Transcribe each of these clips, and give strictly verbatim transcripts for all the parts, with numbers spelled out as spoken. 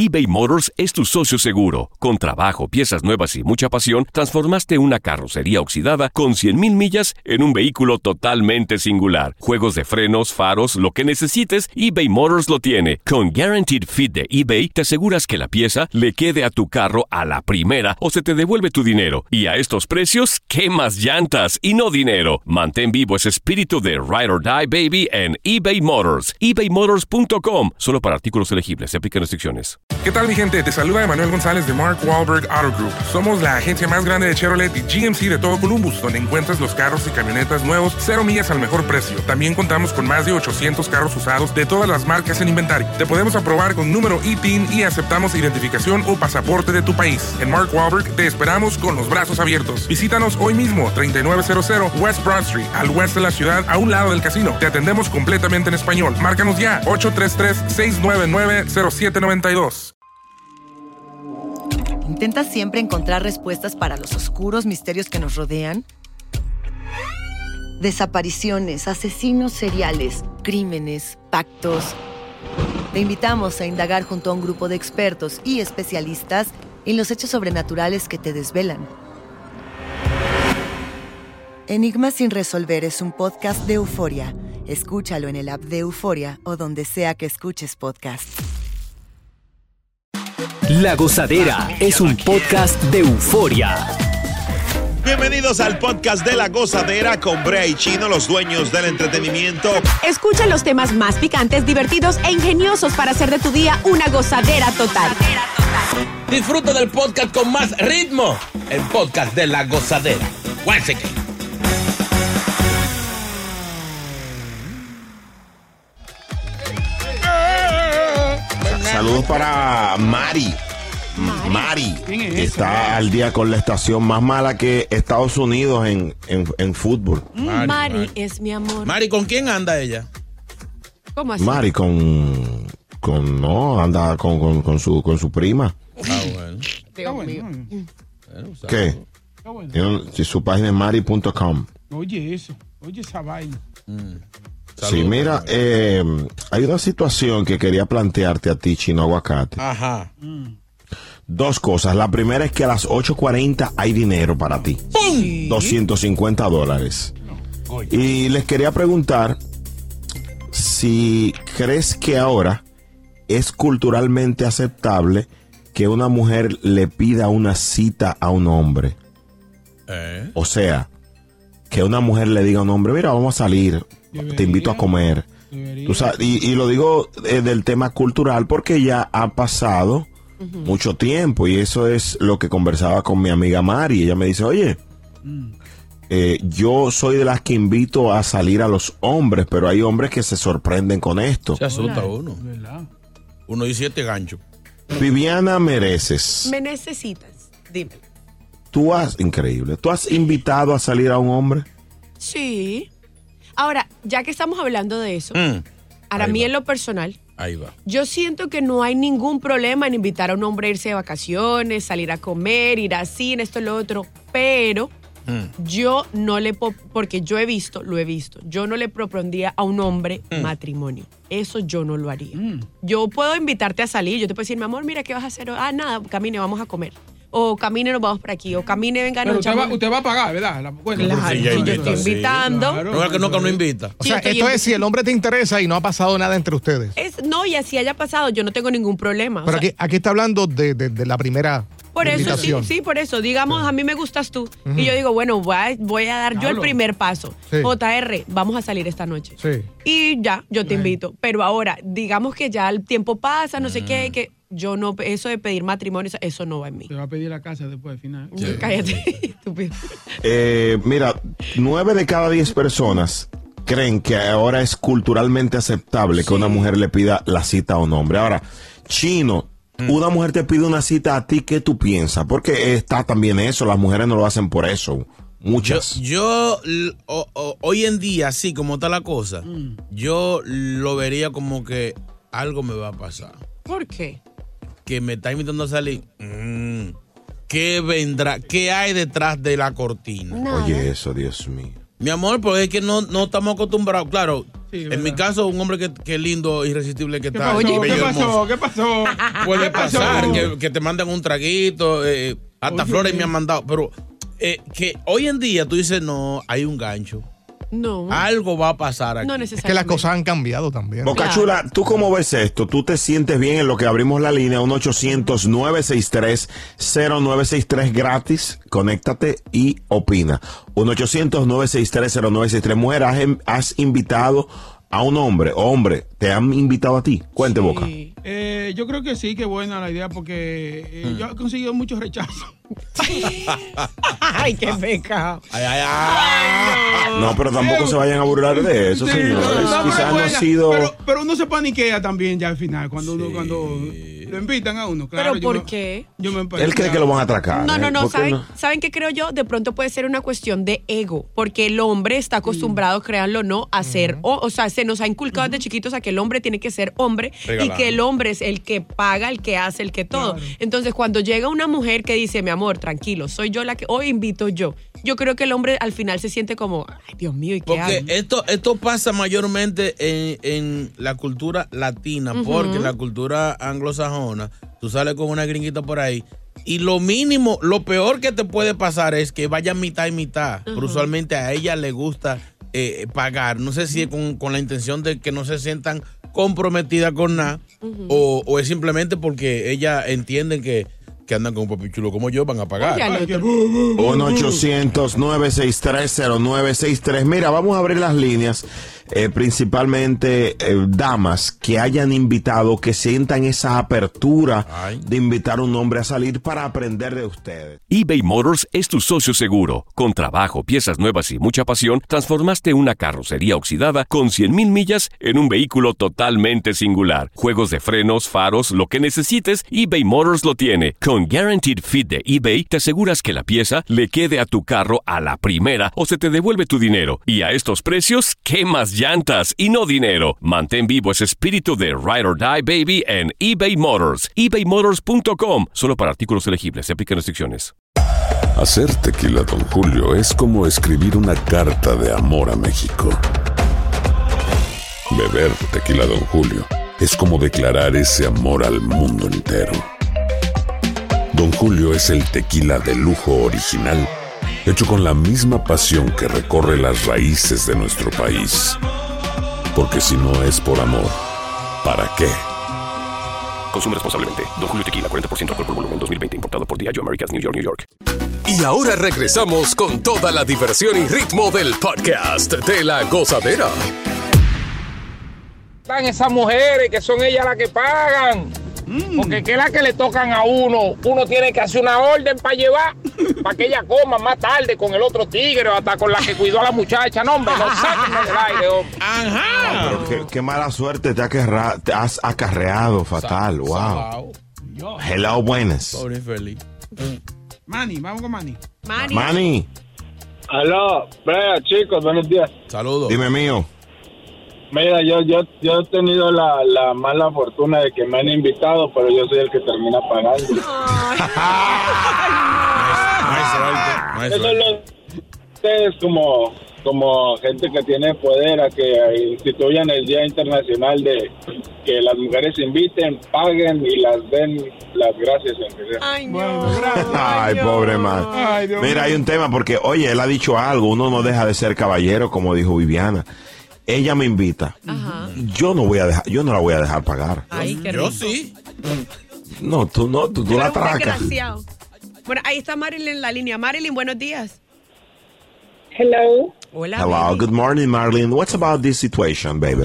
eBay Motors es tu socio seguro. Con trabajo, piezas nuevas y mucha pasión, transformaste una carrocería oxidada con cien mil millas en un vehículo totalmente singular. Juegos de frenos, faros, lo que necesites, eBay Motors lo tiene. Con Guaranteed Fit de eBay, te aseguras que la pieza le quede a tu carro a la primera o se te devuelve tu dinero. Y a estos precios, ¿qué más llantas y no dinero? Mantén vivo ese espíritu de Ride or Die, baby, en eBay Motors. ebay motors punto com. Solo para artículos elegibles. Se aplican restricciones. ¿Qué tal, mi gente? Te saluda Emanuel González de Mark Wahlberg Auto Group. Somos la agencia más grande de Chevrolet y G M C de todo Columbus, donde encuentras los carros y camionetas nuevos, cero millas al mejor precio. También contamos con más de ochocientos carros usados de todas las marcas en inventario. Te podemos aprobar con número I T I N y aceptamos identificación o pasaporte de tu país. En Mark Wahlberg te esperamos con los brazos abiertos. Visítanos hoy mismo, treinta y nueve cero cero West Broad Street, al oeste de la ciudad, a un lado del casino. Te atendemos completamente en español. Márcanos ya, ocho tres tres, seis nueve nueve, cero siete nueve dos. ¿Intentas siempre encontrar respuestas para los oscuros misterios que nos rodean? Desapariciones, asesinos seriales, crímenes, pactos. Te invitamos a indagar junto a un grupo de expertos y especialistas en los hechos sobrenaturales que te desvelan. Enigmas sin resolver es un podcast de Euforia. Escúchalo en el app de Euforia o donde sea que escuches podcast. La Gozadera es un podcast de Euforia. Bienvenidos al podcast de La Gozadera con Brea y Chino, los dueños del entretenimiento. Escucha los temas más picantes, divertidos e ingeniosos para hacer de tu día una gozadera total. Disfruta del podcast con más ritmo, el podcast de La Gozadera. Guáchate. Saludos para Mari. Mari, que está al día con la estación más mala que Estados Unidos en, en, en fútbol. Mari, Mari, Mari es mi amor. Mari, ¿con quién anda ella? ¿Cómo así? Mari con, con no, anda con, con, con su con su prima. Ah, bueno. Dios mío. Bueno, ¿qué? Bueno. Si su página es mari punto com. Oye eso, oye esa vaina. Mm. Sí, mira, eh, hay una situación que quería plantearte a ti, Chino Aguacate. Ajá. Mm. Dos cosas. La primera es que a las ocho cuarenta hay dinero para ti. Sí. doscientos cincuenta dólares. No. Y les quería preguntar si crees que ahora es culturalmente aceptable que una mujer le pida una cita a un hombre. ¿Eh? O sea, que una mujer le diga a un hombre, mira, vamos a salir, debería, te invito a comer. Tú sabes, y, y lo digo eh, del tema cultural porque ya ha pasado uh-huh. mucho tiempo y eso es lo que conversaba con mi amiga Mari. Ella me dice, oye, mm. eh, yo soy de las que invito a salir a los hombres, pero hay hombres que se sorprenden con esto. Se asusta uno. Uno y siete ganchos. Viviana Mereces. Me necesitas, dime. Tú has, increíble, ¿tú has invitado a salir a un hombre? Sí. Ahora, ya que estamos hablando de eso, mm. para Ahí mí va. en lo personal, Ahí va. yo siento que no hay ningún problema en invitar a un hombre a irse de vacaciones, salir a comer, ir a cine, esto y lo otro, pero mm. yo no le, po- porque yo he visto, lo he visto, yo no le propondría a un hombre mm. matrimonio. Eso yo no lo haría. Mm. Yo puedo invitarte a salir, yo te puedo decir, mi amor, mira, ¿qué vas a hacer? Ah, nada, camine, vamos a comer. O camine, nos vamos por aquí. O camine, venga, pero nos usted va, usted va a pagar, ¿verdad? La, bueno, claro, sí, si yo invita, estoy invitando. Sí, claro. No, que no, que no invita. O sea, esto es si el hombre te interesa y no ha pasado nada entre ustedes. Es, no, y así haya pasado, yo no tengo ningún problema. Pero o sea, aquí, aquí está hablando de, de, de la primera por eso, invitación. sí, sí, por eso. Digamos, a mí me gustas tú. Uh-huh. Y yo digo, bueno, voy a, voy a dar Hablo. yo el primer paso. Sí. J R, vamos a salir esta noche. Sí. Y ya, yo te bueno. invito. Pero ahora, digamos que ya el tiempo pasa, no uh-huh. sé qué, que yo no, eso de pedir matrimonio, eso no va en mí. Te va a pedir la casa después, al final. Sí. Cállate, estúpido. Eh, mira, nueve de cada diez personas creen que ahora es culturalmente aceptable sí. que una mujer le pida la cita a un hombre. Ahora, Chino, mm. una mujer te pide una cita a ti, ¿qué tú piensas? Porque está también eso, las mujeres no lo hacen por eso. Muchas. Yo, yo o, o, hoy en día, así como está la cosa, mm. yo lo vería como que algo me va a pasar. ¿Por qué? Que me está invitando a salir. Mm, ¿Qué vendrá? ¿Qué hay detrás de la cortina? Nada. Oye, eso, Dios mío. Mi amor, porque es que no, no estamos acostumbrados. Claro, Sí, en mi caso, un hombre que, que lindo, irresistible que ¿Qué está. pasó? bello, ¿Qué pasó? hermoso. ¿Qué pasó? Puede ¿Qué pasó? pasar que, que te mandan un traguito, eh, hasta Oye. flores me han mandado, pero eh, que hoy en día tú dices, no, hay un gancho. No. Algo va a pasar aquí. No Es necesariamente. que las cosas han cambiado también. Boca Claro. Chula, ¿tú cómo ves esto? ¿Tú te sientes bien en lo que abrimos la línea? uno ochocientos nueve seis tres cero nueve seis tres gratis. Conéctate y opina. uno ochocientos nueve seis tres cero nueve seis tres. Mujer, ¿has, has invitado a un hombre? Hombre, ¿te han invitado a ti? Cuente, Sí. Boca. Eh, yo creo que sí, que buena la idea, porque eh, yo he conseguido muchos rechazos. Ay, qué pecado. Ay, ay, ay. No, pero tampoco se vayan a burlar de eso, Sí, señores. no, pero Quizás es no ha buena. sido... Pero, pero uno se paniquea también ya al final, cuando uno, cuando lo invitan a uno. Claro, ¿Pero yo por me- qué? Yo me Él cree que lo van a atracar. No, no, ¿eh? no. ¿Por qué ¿Saben, no? ¿Saben qué creo yo? De pronto puede ser una cuestión de ego, porque el hombre está acostumbrado, créanlo o no, a ser, o, o sea, se nos ha inculcado desde chiquitos a que el hombre tiene que ser hombre Regalado. y que el hombre es el que paga, el que hace, el que todo. Claro. Entonces, cuando llega una mujer que dice, mi amor, tranquilo, soy yo la que hoy invito yo, yo creo que el hombre al final se siente como, ay, Dios mío, ¿y qué Porque hago? esto, esto pasa mayormente en, en la cultura latina, porque en la cultura anglosajona, tú sales con una gringuita por ahí, y lo mínimo, lo peor que te puede pasar es que vayan mitad y mitad. Pero usualmente a ella le gusta eh, pagar. No sé si es con, con la intención de que no se sientan comprometidas con nada, o, o es simplemente porque ellas entienden que, que andan con un papi chulo como yo, van a pagar. Oye, al otro. uno ochocientos nueve seis tres cero nueve seis tres. Mira, vamos a abrir las líneas, eh, principalmente eh, damas que hayan invitado, que sientan esa apertura Ay. de invitar a un hombre a salir para aprender de ustedes. eBay Motors es tu socio seguro. Con trabajo, piezas nuevas y mucha pasión, transformaste una carrocería oxidada con cien mil millas en un vehículo totalmente singular. Juegos de frenos, faros, lo que necesites, eBay Motors lo tiene. Con Guaranteed Fit de eBay, te aseguras que la pieza le quede a tu carro a la primera o se te devuelve tu dinero. Y a estos precios, ¿qué más llantas y no dinero? Mantén vivo ese espíritu de Ride or Die, baby, en eBay Motors. ebay motors punto com. Solo para artículos elegibles. Se aplican restricciones. Hacer tequila Don Julio es como escribir una carta de amor a México. Beber tequila Don Julio es como declarar ese amor al mundo entero. Don Julio es el tequila de lujo original, hecho con la misma pasión que recorre las raíces de nuestro país. Porque si no es por amor, ¿para qué? Consume responsablemente. Don Julio Tequila, cuarenta por ciento alcohol por volumen, dos mil veinte. Importado por Diageo Americas, New York, New York. Y ahora regresamos con toda la diversión y ritmo del podcast de La Gozadera. Están esas mujeres que son ellas las que pagan. Porque que es la que le tocan a uno. Uno tiene que hacer una orden para llevar, para que ella coma más tarde con el otro tigre o hasta con la que cuidó a la muchacha. No, hombre, no sáquenme del aire, hombre. Ajá. Pero qué, qué mala suerte te, aquerra- te has acarreado, fatal. Wow. Salao. Hello, buenas. Pobre infeliz. Manny, vamos con Manny. Manny. Manny, Aló, Brea, chicos, buenos días. Saludos. dime mío. Mira, yo yo yo he tenido la, la mala fortuna de que me han invitado, pero yo soy el que termina pagando. No hay suerte, no hay Eso suerte. lo ustedes como como gente que tiene poder a que instituyan el Día Internacional de que las mujeres inviten, paguen y las den las gracias. Aunque sea. Ay, no. Bueno, gracias. Ay, pobre man. Ay, Dios Mira, mío. hay un tema porque, oye, él ha dicho algo, uno no deja de ser caballero, como dijo Viviana. Ella me invita. Ajá. Yo no voy a dejar, yo no la voy a dejar pagar. Ay, qué Yo rico. sí. No, tú no, tú, tú Pero la es un atracas. desgraciado. Bueno, ahí está Marilyn en la línea. Marilyn, buenos días. Hello. Hola. Hello, baby. good morning, Marlene. What's about this situation, baby?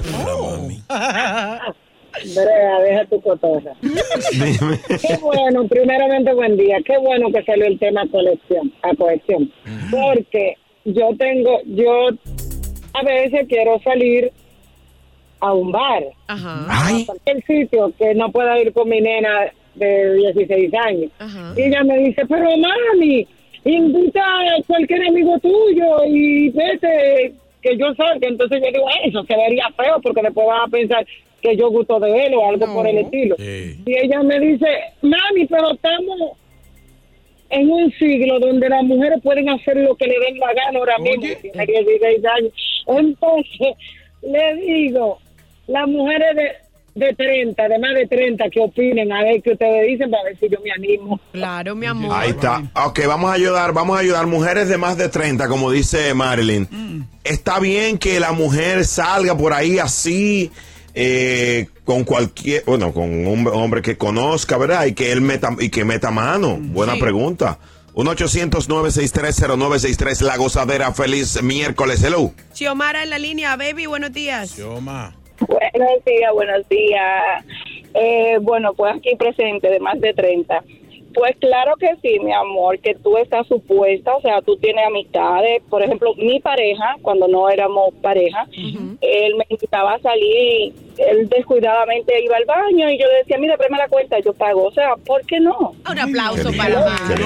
Brea, deja tu cotorra. Dime. Qué bueno, primeramente buen día. Qué bueno que salió el tema colección, a colección. Porque yo tengo, yo a veces quiero salir a un bar. Ajá. Ay, A cualquier sitio que no pueda ir con mi nena de dieciséis años. Ajá. Y ella me dice, pero mami, invita a cualquier amigo tuyo y vete, que yo salga. Entonces yo digo, eso se vería feo porque después van a pensar que yo gusto de él o algo No. por el estilo. Sí. Y ella me dice, mami, pero estamos en un siglo donde las mujeres pueden hacer lo que le den la gana ahora Oye. mismo. Tiene dieciséis años. Entonces, le digo, las mujeres de, de treinta, de más de treinta, que opinen, a ver qué ustedes dicen, para ver si yo me animo. Claro, mi amor. Ahí está. Ok, vamos a ayudar, vamos a ayudar. Mujeres de más de treinta, como dice Marilyn. Mm. Está bien que la mujer salga por ahí así, eh, con cualquier, bueno, con un hombre, hombre que conozca, ¿verdad? Y que él meta, y que meta mano. Buena sí. pregunta. uno ochocientos, nueve seis tres, cero nueve seis tres, La Gozadera. Feliz miércoles. Hello. Xiomara en la línea. Baby, buenos días. Xioma. Buenos días, buenos días. Eh, bueno, pues aquí presente de más de treinta. Pues claro que sí, mi amor, que tú estás supuesta, o sea, tú tienes amistades. Por ejemplo, mi pareja, cuando no éramos pareja, uh-huh. él me invitaba a salir y él descuidadamente iba al baño y yo le decía, mira, préstame la cuenta, yo pago. O sea, ¿por qué no? Un aplauso para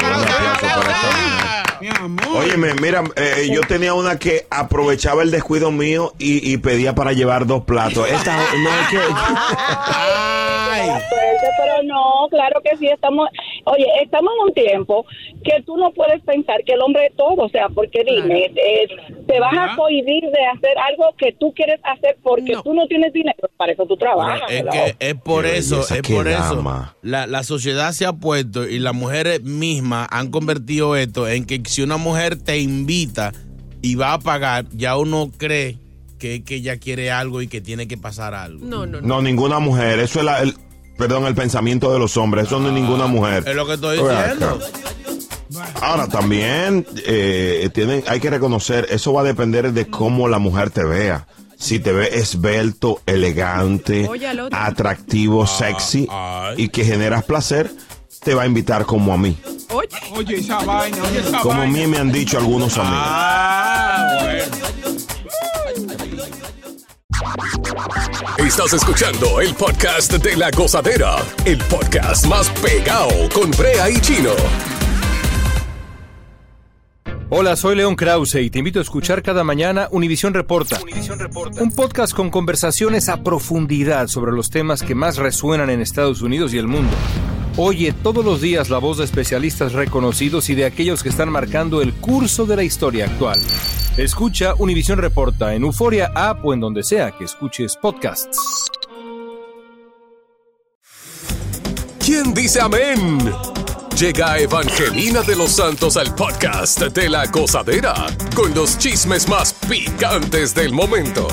la mi amor. Óyeme, mira, eh, yo tenía una que aprovechaba el descuido mío y, y pedía para llevar dos platos. Esta no es que... Ay. Pero no, claro que sí, estamos... Oye, estamos en un tiempo que tú no puedes pensar que el hombre es todo, o sea, porque dime, eh, te vas a cohibir de hacer algo que tú quieres hacer porque no. tú no tienes dinero, para eso tú trabajas. Bueno, es que es por eso, es por eso. La, la sociedad se ha puesto y las mujeres mismas han convertido esto en que si una mujer te invita y va a pagar, ya uno cree que, que ella quiere algo y que tiene que pasar algo. No, no, no. No, ninguna mujer, eso es la... El... Perdón, el pensamiento de los hombres. Eso no es ninguna mujer. Es lo que estoy diciendo. Ahora, también eh, tienen, hay que reconocer, eso va a depender de cómo la mujer te vea. Si te ve esbelto, elegante, atractivo, sexy y que generas placer, te va a invitar como a mí. Oye, oye esa vaina, oye esa como vaina. a mí me han dicho algunos amigos. Ah, bueno. Estás escuchando el podcast de La Gozadera, el podcast más pegado con Brea y Chino. Hola, soy León Krause y te invito a escuchar cada mañana Univisión Reporta, Univisión Reporta, un podcast con conversaciones a profundidad sobre los temas que más resuenan en Estados Unidos y el mundo. Oye todos los días la voz de especialistas reconocidos y de aquellos que están marcando el curso de la historia actual. Escucha Univisión Reporta en Euforia App o en donde sea que escuches podcasts. ¿Quién dice amén? Llega Evangelina de los Santos al podcast de La Gozadera con los chismes más picantes del momento.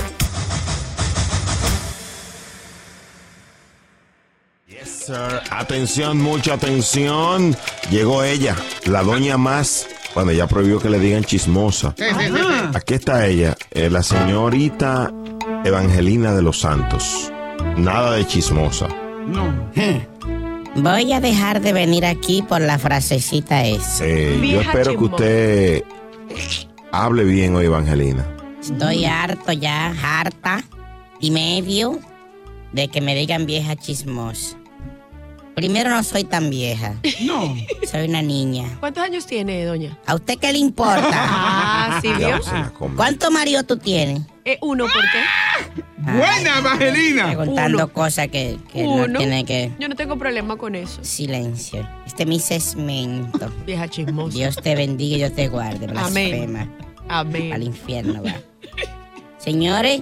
Yes, sir. Atención, mucha atención. Llegó ella, la doña más... Bueno, ya prohibió que le digan chismosa. Sí, sí, sí. Aquí está ella, eh, la señorita Evangelina de los Santos. Nada de chismosa. No. Voy a dejar de venir aquí por la frasecita esa. Eh, yo espero que usted hable bien hoy, Evangelina. Estoy harto ya, harta y medio de que me digan vieja chismosa. Primero, no soy tan vieja. No. Soy una niña. ¿Cuántos años tiene, doña? ¿A usted qué le importa? Ah, ¿sí vio? ¿Cuántos maridos tú tienes? Eh, uno, ¿por qué? Ah, buena, Evangelina. Preguntando uno. cosas que, que uno. no tiene que... Yo no tengo problema con eso. Silencio. Este es mi segmento. Vieja chismosa. Dios te bendiga y Dios te guarde. Blasfema. Amén. Amén. Al infierno va. Señores,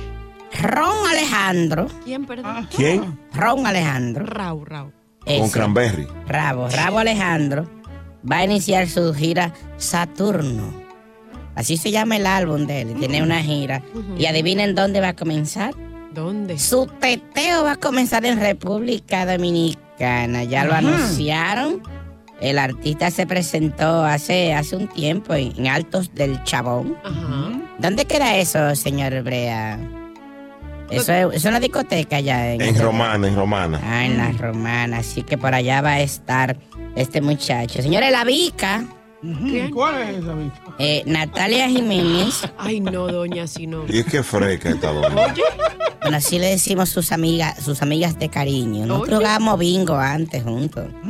Ron Alejandro. ¿Quién, perdón? ¿Quién? Ron Alejandro. Rau, Rau. Ese. Con Cranberry. Rabo, Rabo Alejandro va a iniciar su gira Saturno. Así se llama el álbum de él. Tiene una gira. Uh-huh. Y adivinen dónde va a comenzar. ¿Dónde? Su teteo va a comenzar en República Dominicana. Ya uh-huh. lo anunciaron. El artista se presentó hace, hace un tiempo en, en Altos del Chabón. Uh-huh. ¿Dónde queda eso, señor Brea? Eso es, es una discoteca ya. En, en Romana, en Romana. Ah, en la Romana. Así que por allá va a estar este muchacho. Señores, la Vica. ¿Quién? ¿Cuál es esa Vica? Eh, Natalia Jiménez. Ay, no, doña, así no. Y es que fresca esta doña. Oye. Bueno, así le decimos sus amigas, sus amigas de cariño. Nosotros jugábamos bingo antes juntos. Mm.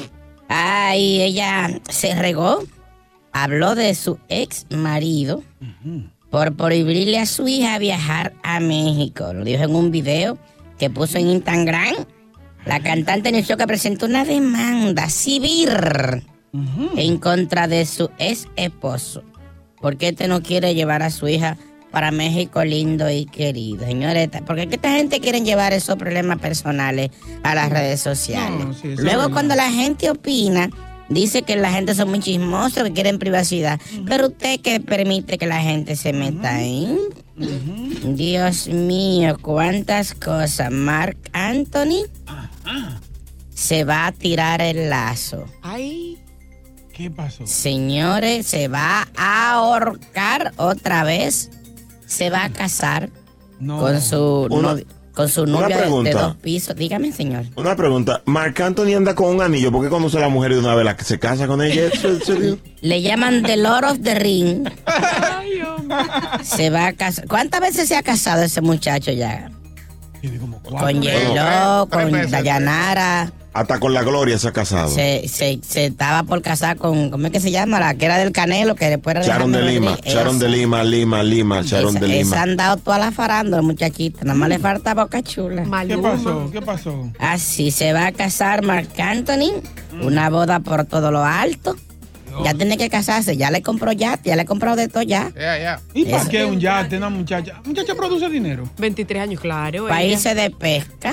Ay, ella se regó. Habló de su ex marido. Uh-huh. Por prohibirle a su hija viajar a México. Lo dijo en un video que puso en Instagram. La cantante anunció que presentó una demanda civil uh-huh. en contra de su ex esposo. Porque este no quiere llevar a su hija para México lindo y querido. Señores, porque es que esta gente quiere llevar esos problemas personales a las redes sociales. No, sí, Luego, es cuando la gente opina, dice que la gente son muy chismosos, que quieren privacidad. Uh-huh. Pero usted que permite que la gente se meta uh-huh. ahí. Uh-huh. Dios mío, cuántas cosas. Marc Anthony uh-huh. se va a tirar el lazo. Ay. ¿Qué pasó? Señores, se va a ahorcar otra vez. Se va a casar no. con su una, novio, con su novia de, de dos pisos. Dígame, señor. Una pregunta. Marc Anthony anda con un anillo. ¿Por qué conoce a la mujer de una vez la que se casa con ella? Le llaman The Lord of the Ring. Ay, se va a casar. ¿Cuántas veces se ha casado ese muchacho ya? Con J-Lo, con Dayanara. Hasta con la Gloria se ha casado. Se, se, se estaba por casar con, ¿cómo es que se llama? La que era del Canelo, que después era Sharon de Lima, Sharon de Lima, Lima, Lima, Sharon de Lima. Se han dado toda la farándula, muchachita. Nada más le falta Boca Chula. ¿Qué pasó? ¿Qué pasó? Así se va a casar Marc Anthony. Una boda por todo lo alto. Ya tiene que casarse, ya le compró yate, ya le he comprado de todo ya. Yeah, yeah. ¿Y para qué un yate, una muchacha? ¿Muchacha produce dinero? veintitrés años, claro. Países de pesca.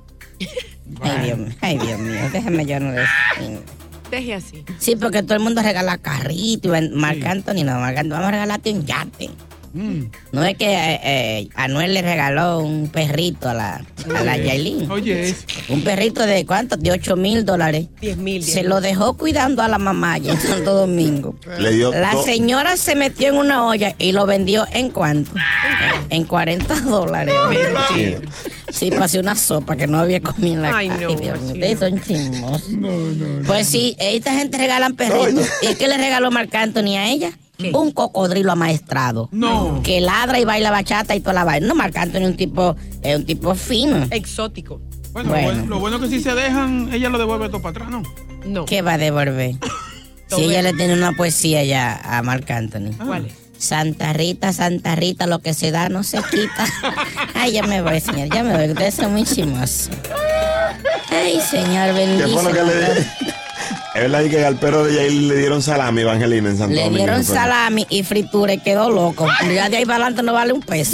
Ay, Dios mío, ay, Dios mío, déjame yo no decir. Deje así. Sí, porque todo el mundo regala carrito y Marc Anthony, no, Marc Anthony, vamos a regalarte un yate. Mm. No es que eh, eh, Anuel le regaló un perrito a la, a la Yailin. Oye, es. Un perrito de ¿cuánto? De ocho mil dólares. diez mil. Se lo dejó cuidando a la mamá allá en Santo Domingo. Le dio la to- señora se metió en una olla y lo vendió en cuánto? En cuarenta dólares. Sí, sí, pasé una sopa que no había comido en la Ay, casa. no, Ay, Dios mío, sí, ustedes no. son chismosos. No, no, no. Pues sí, esta gente regalan perritos. ¿Y qué le regaló Marc Anthony a ella? ¿Qué? Un cocodrilo amaestrado. No. Que ladra y baila bachata y toda la vaina. No, Marc Anthony es un tipo, es un tipo fino. Exótico. Bueno, Bueno. Lo, bueno, lo bueno es que si se dejan, ella lo devuelve todo para atrás, ¿no? No. ¿Qué va a devolver? Si ella le tiene una poesía ya a Marc Anthony. ¿Cuál es? Santa Rita, Santa Rita, lo que se da no se quita. Ay, ya me voy, señor, ya me voy. Ustedes son muy chismosos. Ay, señor, ¿Qué fue lo que le bendícelo. Es verdad que al perro de Yair le dieron salami, Evangelina, en Santo Le Domingo. dieron salami y fritura y quedó loco. Ya de ahí para adelante no vale un peso.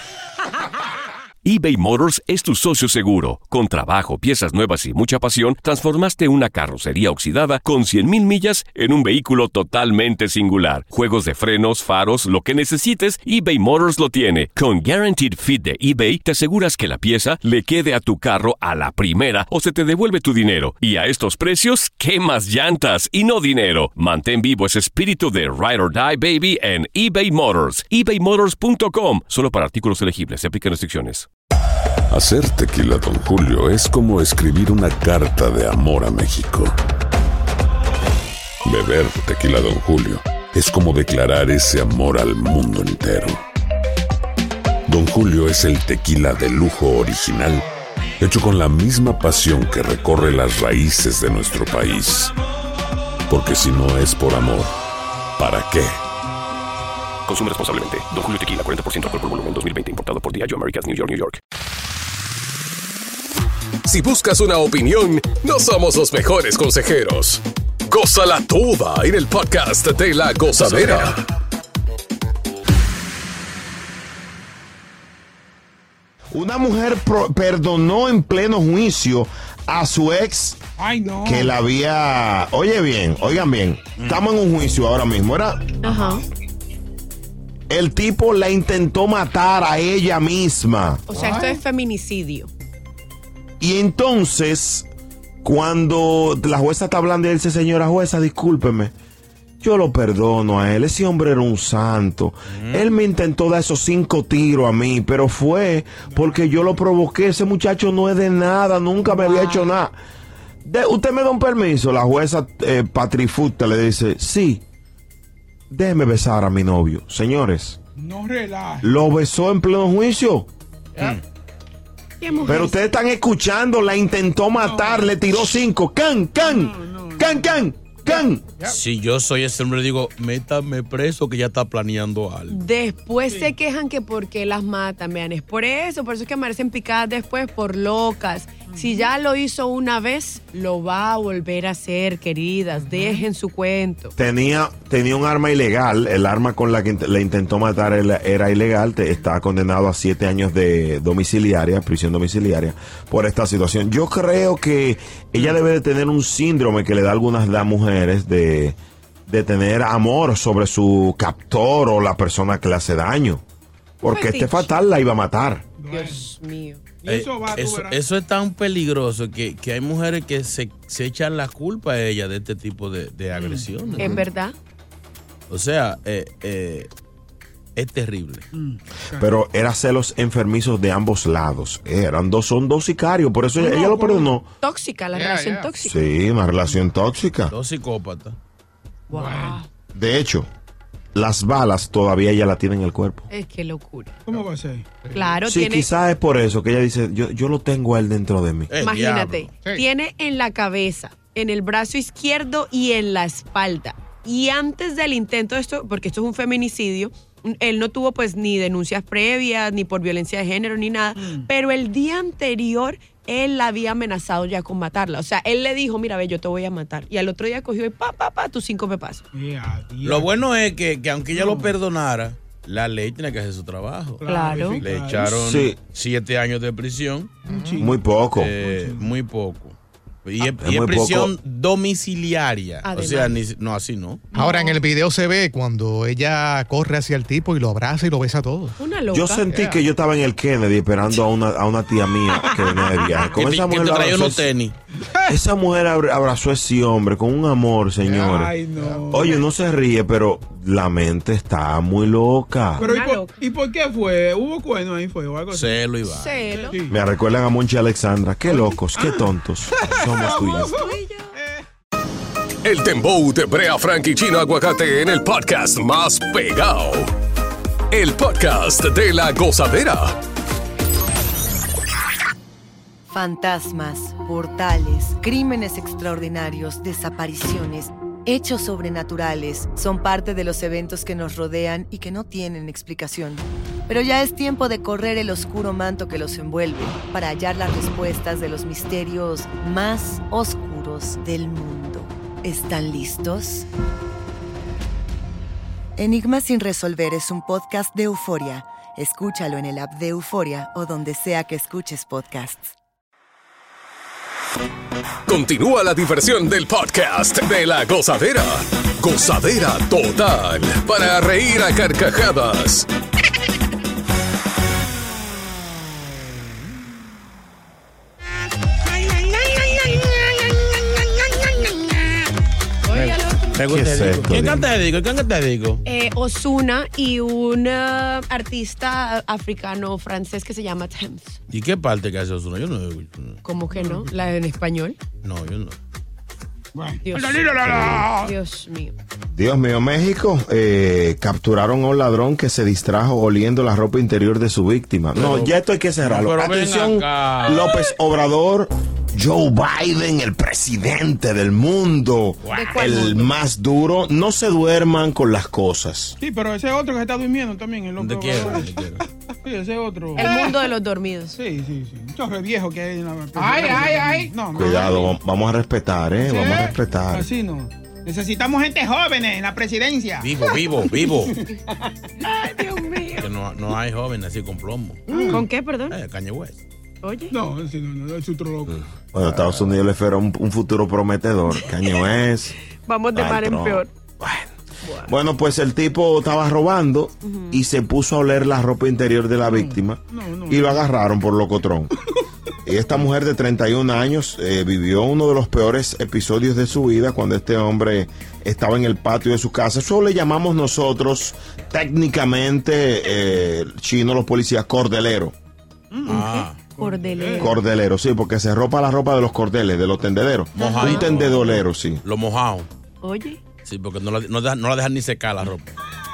eBay Motors es tu socio seguro. Con trabajo, piezas nuevas y mucha pasión, transformaste una carrocería oxidada con cien mil millas en un vehículo totalmente singular. Juegos de frenos, faros, lo que necesites, eBay Motors lo tiene. Con Guaranteed Fit de eBay, te aseguras que la pieza le quede a tu carro a la primera o se te devuelve tu dinero. Y a estos precios, ¿qué más llantas y no dinero? Mantén vivo ese espíritu de Ride or Die, baby, en eBay Motors. ebay motors punto com. Solo para artículos elegibles. Se aplican restricciones. Hacer tequila Don Julio es como escribir una carta de amor a México. Beber tequila Don Julio es como declarar ese amor al mundo entero. Don Julio es el tequila de lujo original, hecho con la misma pasión que recorre las raíces de nuestro país. Porque si no es por amor, ¿para qué? Consume responsablemente. Don Julio Tequila, cuarenta por ciento alcohol por volumen, dos mil veinte. Importado por Diageo Americas, New York, New York. Si buscas una opinión, no somos los mejores consejeros. Gózala toda en el podcast de La Gozadera. Una mujer pro- perdonó en pleno juicio a su ex Ay, no. que la había... Oye bien, oigan bien. Estamos en un juicio ahora mismo, ¿verdad? Ajá. El tipo la intentó matar a ella misma. O sea, esto es feminicidio. Y entonces, cuando la jueza está hablando y él dice, señora jueza, discúlpeme, yo lo perdono a él, ese hombre era un santo. Mm. Él me intentó dar esos cinco tiros a mí, pero fue porque yo lo provoqué. Ese muchacho no es de nada, nunca me había hecho nada. De, ¿Usted me da un permiso? La jueza eh, Patrifuta le dice, sí, déjeme besar a mi novio. Señores, no relaje. lo besó en pleno juicio. Yeah. Pero ustedes están escuchando, la intentó matar, no. le tiró cinco. ¡Can, can! No, no, ¡Can, can! ¡Can! Si yo soy ese hombre, digo, métame preso que ya está planeando algo. Después sí. se quejan que porque las matan, vean, es por eso, por eso es que amanecen picadas después por locas. Si ya lo hizo una vez, lo va a volver a hacer, queridas. Dejen su cuento. Tenía, tenía un arma ilegal. El arma con la que int- le intentó matar era, era ilegal. Te, está condenado a siete años de domiciliaria, prisión domiciliaria, por esta situación. Yo creo que ella debe de tener un síndrome que le da a algunas de las mujeres de, de tener amor sobre su captor o la persona que le hace daño. Porque este fatal la iba a matar. Dios mío. Eh, eso, eso es tan peligroso que, que hay mujeres que se, se echan la culpa a ella de este tipo de, de agresiones. ¿Es verdad? O sea, eh, eh, es terrible. Pero eran celos enfermizos de ambos lados. Eran dos, son dos sicarios. Por eso ella, ella lo perdonó. Tóxica, la Yeah, relación yeah. tóxica. Sí, una relación tóxica. Dos psicópatas. Wow. De hecho, las balas todavía ella la tiene en el cuerpo. Es que locura. ¿Cómo va a ser? Claro, Sí, tiene. quizás es por eso que ella dice, yo, yo lo tengo a él dentro de mí. Imagínate, tiene en la cabeza, en el brazo izquierdo y en la espalda. Y antes del intento de esto, porque esto es un feminicidio, él no tuvo pues ni denuncias previas, ni por violencia de género, ni nada. Mm. Pero el día anterior, él la había amenazado ya con matarla. O sea, él le dijo, mira, ve, yo te voy a matar. Y al otro día cogió y pa, pa, pa, tus cinco me paso. Yeah, yeah. Lo bueno es que, que aunque ella lo perdonara, la ley tiene que hacer su trabajo. Claro. Le echaron Sí. siete años de prisión. Muy poco. Eh, muy poco. Y es, Ah, y es muy prisión poco. domiciliaria. Además. O sea, ni, no, así no. Ahora en el video se ve cuando ella corre hacia el tipo y lo abraza y lo besa todo. Una Yo sentí que yo estaba en el Kennedy esperando a una, a una tía mía que venía de viaje. Con Que- esa que mujer te la traía abrazó unos ese- tenis. Esa mujer abra- abrazó a ese hombre con un amor, señores. Ay, no. Oye, no se ríe, pero la mente está muy loca. Pero ¿y por, ¿y por qué fue? ¿Hubo cuerno ahí fue o algo así? Celo y va. Celo. Me recuerdan a Monchi y Alexandra. Qué locos, qué tontos somos tuyos. El dembow de Brea Frank y Chino Aguacate en el podcast más pegado. El podcast de La Gozadera. Fantasmas, portales, crímenes extraordinarios, desapariciones, hechos sobrenaturales son parte de los eventos que nos rodean y que no tienen explicación. Pero ya es tiempo de correr el oscuro manto que los envuelve para hallar las respuestas de los misterios más oscuros del mundo. ¿Están listos? Enigma sin resolver es un podcast de Euforia. Escúchalo en el app de Euforia o donde sea que escuches podcasts. Continúa la diversión del podcast de La Gozadera. Gozadera total. Para reír a carcajadas. Me gusta ¿Qué es el disco. esto, ¿Quién Dios? canta el disco? ¿Quién canta el disco? Eh, Ozuna y un eh, artista africano-francés que se llama Thames. ¿Y qué parte que hace Ozuna? Yo no ¿Cómo que no? ¿La en español? No, yo no. Dios, Dios mío. Dios mío, México eh, capturaron a un ladrón que se distrajo oliendo la ropa interior de su víctima. No, Pero- ya esto hay que cerrarlo. pero ven Atención, acá. López Obrador, Joe Biden, el presidente del mundo, ¿De cuál el mundo? más duro. No se duerman con las cosas. Sí, pero ese otro que se está durmiendo también. El otro. ¿De quién? Sí, ese otro. El mundo de los dormidos. Sí, sí, sí. Un chorre viejo que hay en la. Ay, ay, ay. No, no. Cuidado, va- vamos a respetar, ¿eh? Sí. Vamos a respetar. Así no. Necesitamos gente joven en la presidencia. Vivo, vivo, vivo. Ay, Dios mío. Que no, no hay joven así con plomo. ¿Con qué, perdón? Eh, Kanye West. Oye. No, ese no, no, es otro loco. Bueno, Estados Unidos le espera un, un futuro prometedor. Caño es. Vamos de Ay, mal en no. peor. Bueno, pues el tipo estaba robando y se puso a oler la ropa interior de la víctima y lo agarraron por locotrón. Y esta mujer de treinta y un años eh, vivió uno de los peores episodios de su vida cuando este hombre estaba en el patio de su casa. Eso le llamamos nosotros técnicamente, eh, chino, los policías, cordelero. Ah. Cordelero. Cordelero, sí, porque se ropa la ropa de los cordeles, de los tendederos. Mojadito. Un tendedolero, sí. Lo mojado. Oye. Sí, porque no la, no, deja- no la dejan ni secar la ropa.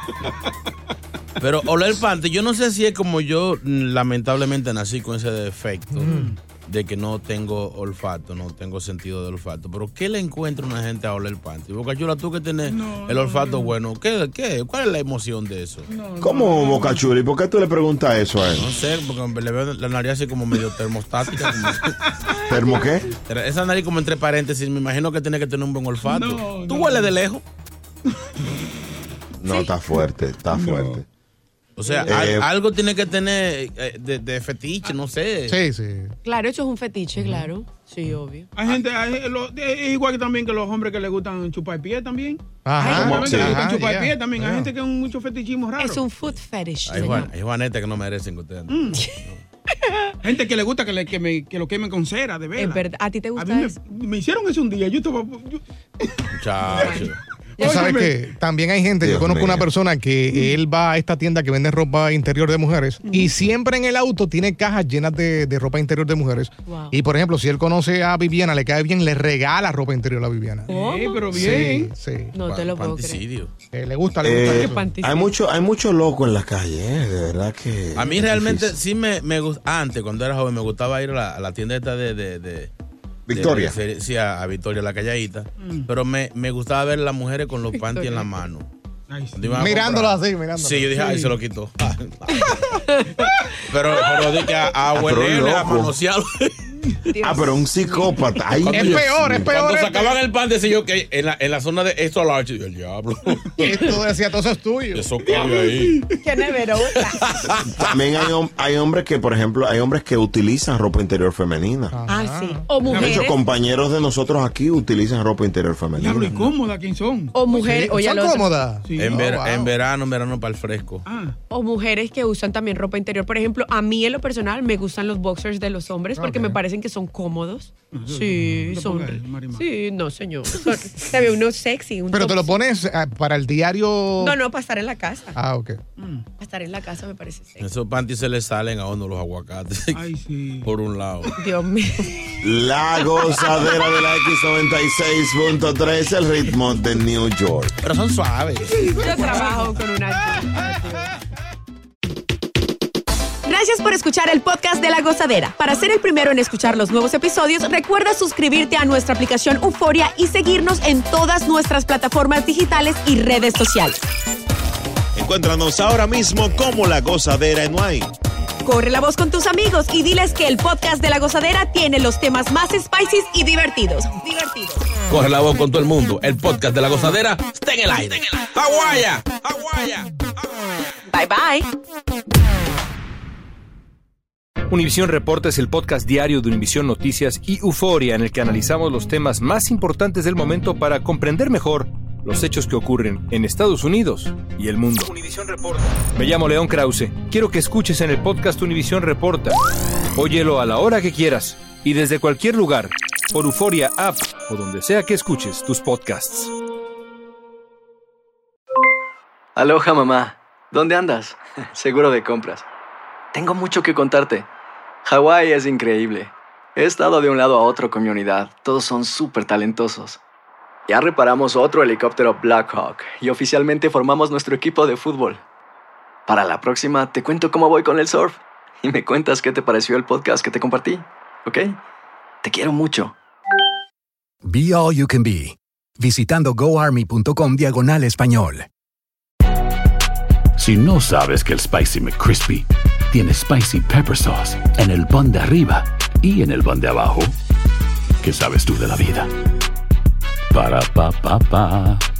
Pero oler panty, yo no sé si es como yo, mm, lamentablemente nací con ese defecto de que no tengo olfato, no tengo sentido de olfato. Pero ¿qué le encuentra una gente a oler panty? Boca Chula, tú que tienes el olfato bueno, ¿qué, qué, ¿cuál es la emoción de eso? ¿Cómo, Boca Chula? ¿Y por qué tú le preguntas eso a él? No sé, porque le veo la nariz así como medio termostática. como- ¿Termo qué? Esa nariz como entre paréntesis, me imagino que tiene que tener un buen olfato. No, ¿Tú no, hueles no. de lejos? No, está fuerte, está fuerte. O sea, Eh, al- algo tiene que tener eh, de, de fetiche, no sé. Sí, sí. Claro, eso es un fetiche, claro. Sí, obvio. Hay gente, hay- lo- es igual que también que los hombres que les gustan chupar pie también. Ajá. Hay hombres que les gustan Ajá, chupar yeah, pie también. Hay yeah. gente que es mucho fetichismo raro. Es un food fetish. Hay, señor. Juan, hay Juanete que no merecen que ustedes. Mm. Gente que le gusta que, le, que, me, que lo quemen con cera, de verdad. Es verdad. ¿A ti te A gusta mí me, eso? me hicieron eso un día. Yo estaba. yo- Muchacho. Tú sabes Óyeme. que también hay gente, Dios yo conozco mío. una persona que él va a esta tienda que vende ropa interior de mujeres y siempre en el auto tiene cajas llenas de, de ropa interior de mujeres. Wow. Y por ejemplo, si él conoce a Viviana, le cae bien, le regala ropa interior a Viviana. Eh, pero bien. Sí, sí. No te lo puedo creer. Panticidio. Eh, le gusta, le gusta. Eh, eso. panty. hay mucho, hay mucho loco en la calle, ¿eh? De verdad que. A mí es realmente difícil. sí me, me gusta. Antes, cuando era joven, me gustaba ir a la, a la tienda esta de. de, de Victoria. de- de- sí, a, a Victoria, la calladita. Pero me, me gustaba ver las mujeres con los panties en la mano. Ay, sí. Cuando iban a Mirándolo comprar. así, mirándolo. Sí, yo dije, ay, Sí. se lo quitó. pero, pero di que a, a pero huelerle, a loco. manosearlo. Ah, pero un psicópata. Ay, Es Dios peor, mío. es peor. Cuando este. sacaban el pan, decía yo que en la, en la zona de esto large, yo, el diablo. Esto decía, todo eso es tuyo. Eso cabe ahí. Qué neverosa. También hay, hom- hay hombres que, por ejemplo, hay hombres que utilizan ropa interior femenina. Ah, sí. O De mujeres. hecho, compañeros de nosotros aquí utilizan ropa interior femenina. Diablo, ¿y cómoda quién son? O mujeres. Oye, ¿Son al otro. cómodas? Sí. En, ver- Oh, wow. en verano, en verano para el fresco. Ah, O mujeres que usan también ropa interior. Por ejemplo, a mí en lo personal me gustan los boxers de los hombres porque Ok. me parecen que son cómodos. Sí, no te son. pongas, Marimar. Sí, no, señor. Son- se ve uno sexy. Un Pero te top- lo pones ah, para el diario. No, no, para estar en la casa. Ah, ok. Para estar en la casa me parece sexy. Esos panties se les salen a uno los aguacates. ay, sí. Por un lado. Dios mío. La gozadera de la X noventa y seis punto tres, el ritmo de New York. Pero son suaves. Yo trabajo con una. Gracias por escuchar el podcast de La Gozadera. Para ser el primero en escuchar los nuevos episodios, recuerda suscribirte a nuestra aplicación Euforia y seguirnos en todas nuestras plataformas digitales y redes sociales. Encuéntranos ahora mismo como La Gozadera en Wine. Corre la voz con tus amigos y diles que el podcast de La Gozadera tiene los temas más spicy y divertidos. Divertidos. Corre la voz con todo el mundo. El podcast de La Gozadera está en el aire. ¡Aguaya! ¡Aguaya! Bye bye. Univisión Reporta es el podcast diario de Univisión Noticias y Euforia, en el que analizamos los temas más importantes del momento para comprender mejor los hechos que ocurren en Estados Unidos y el mundo. Univisión Reporta. Me llamo León Krause. Quiero que escuches en el podcast Univisión Reporta. Óyelo a la hora que quieras y desde cualquier lugar, por Euforia App o donde sea que escuches tus podcasts. Aloha, mamá. ¿Dónde andas? Seguro de compras. Tengo mucho que contarte. Hawái es increíble. He estado de un lado a otro con mi unidad. Todos son súper talentosos. Ya reparamos otro helicóptero Blackhawk y oficialmente formamos nuestro equipo de fútbol. Para la próxima te cuento cómo voy con el surf y me cuentas qué te pareció el podcast que te compartí, ¿ok? Te quiero mucho. Be All You Can Be, visitando goarmy.com diagonal español. Si no sabes que el Spicy McCrispy tiene Spicy Pepper Sauce en el pan de arriba y en el pan de abajo, ¿qué sabes tú de la vida? Para, pa, pa, pa.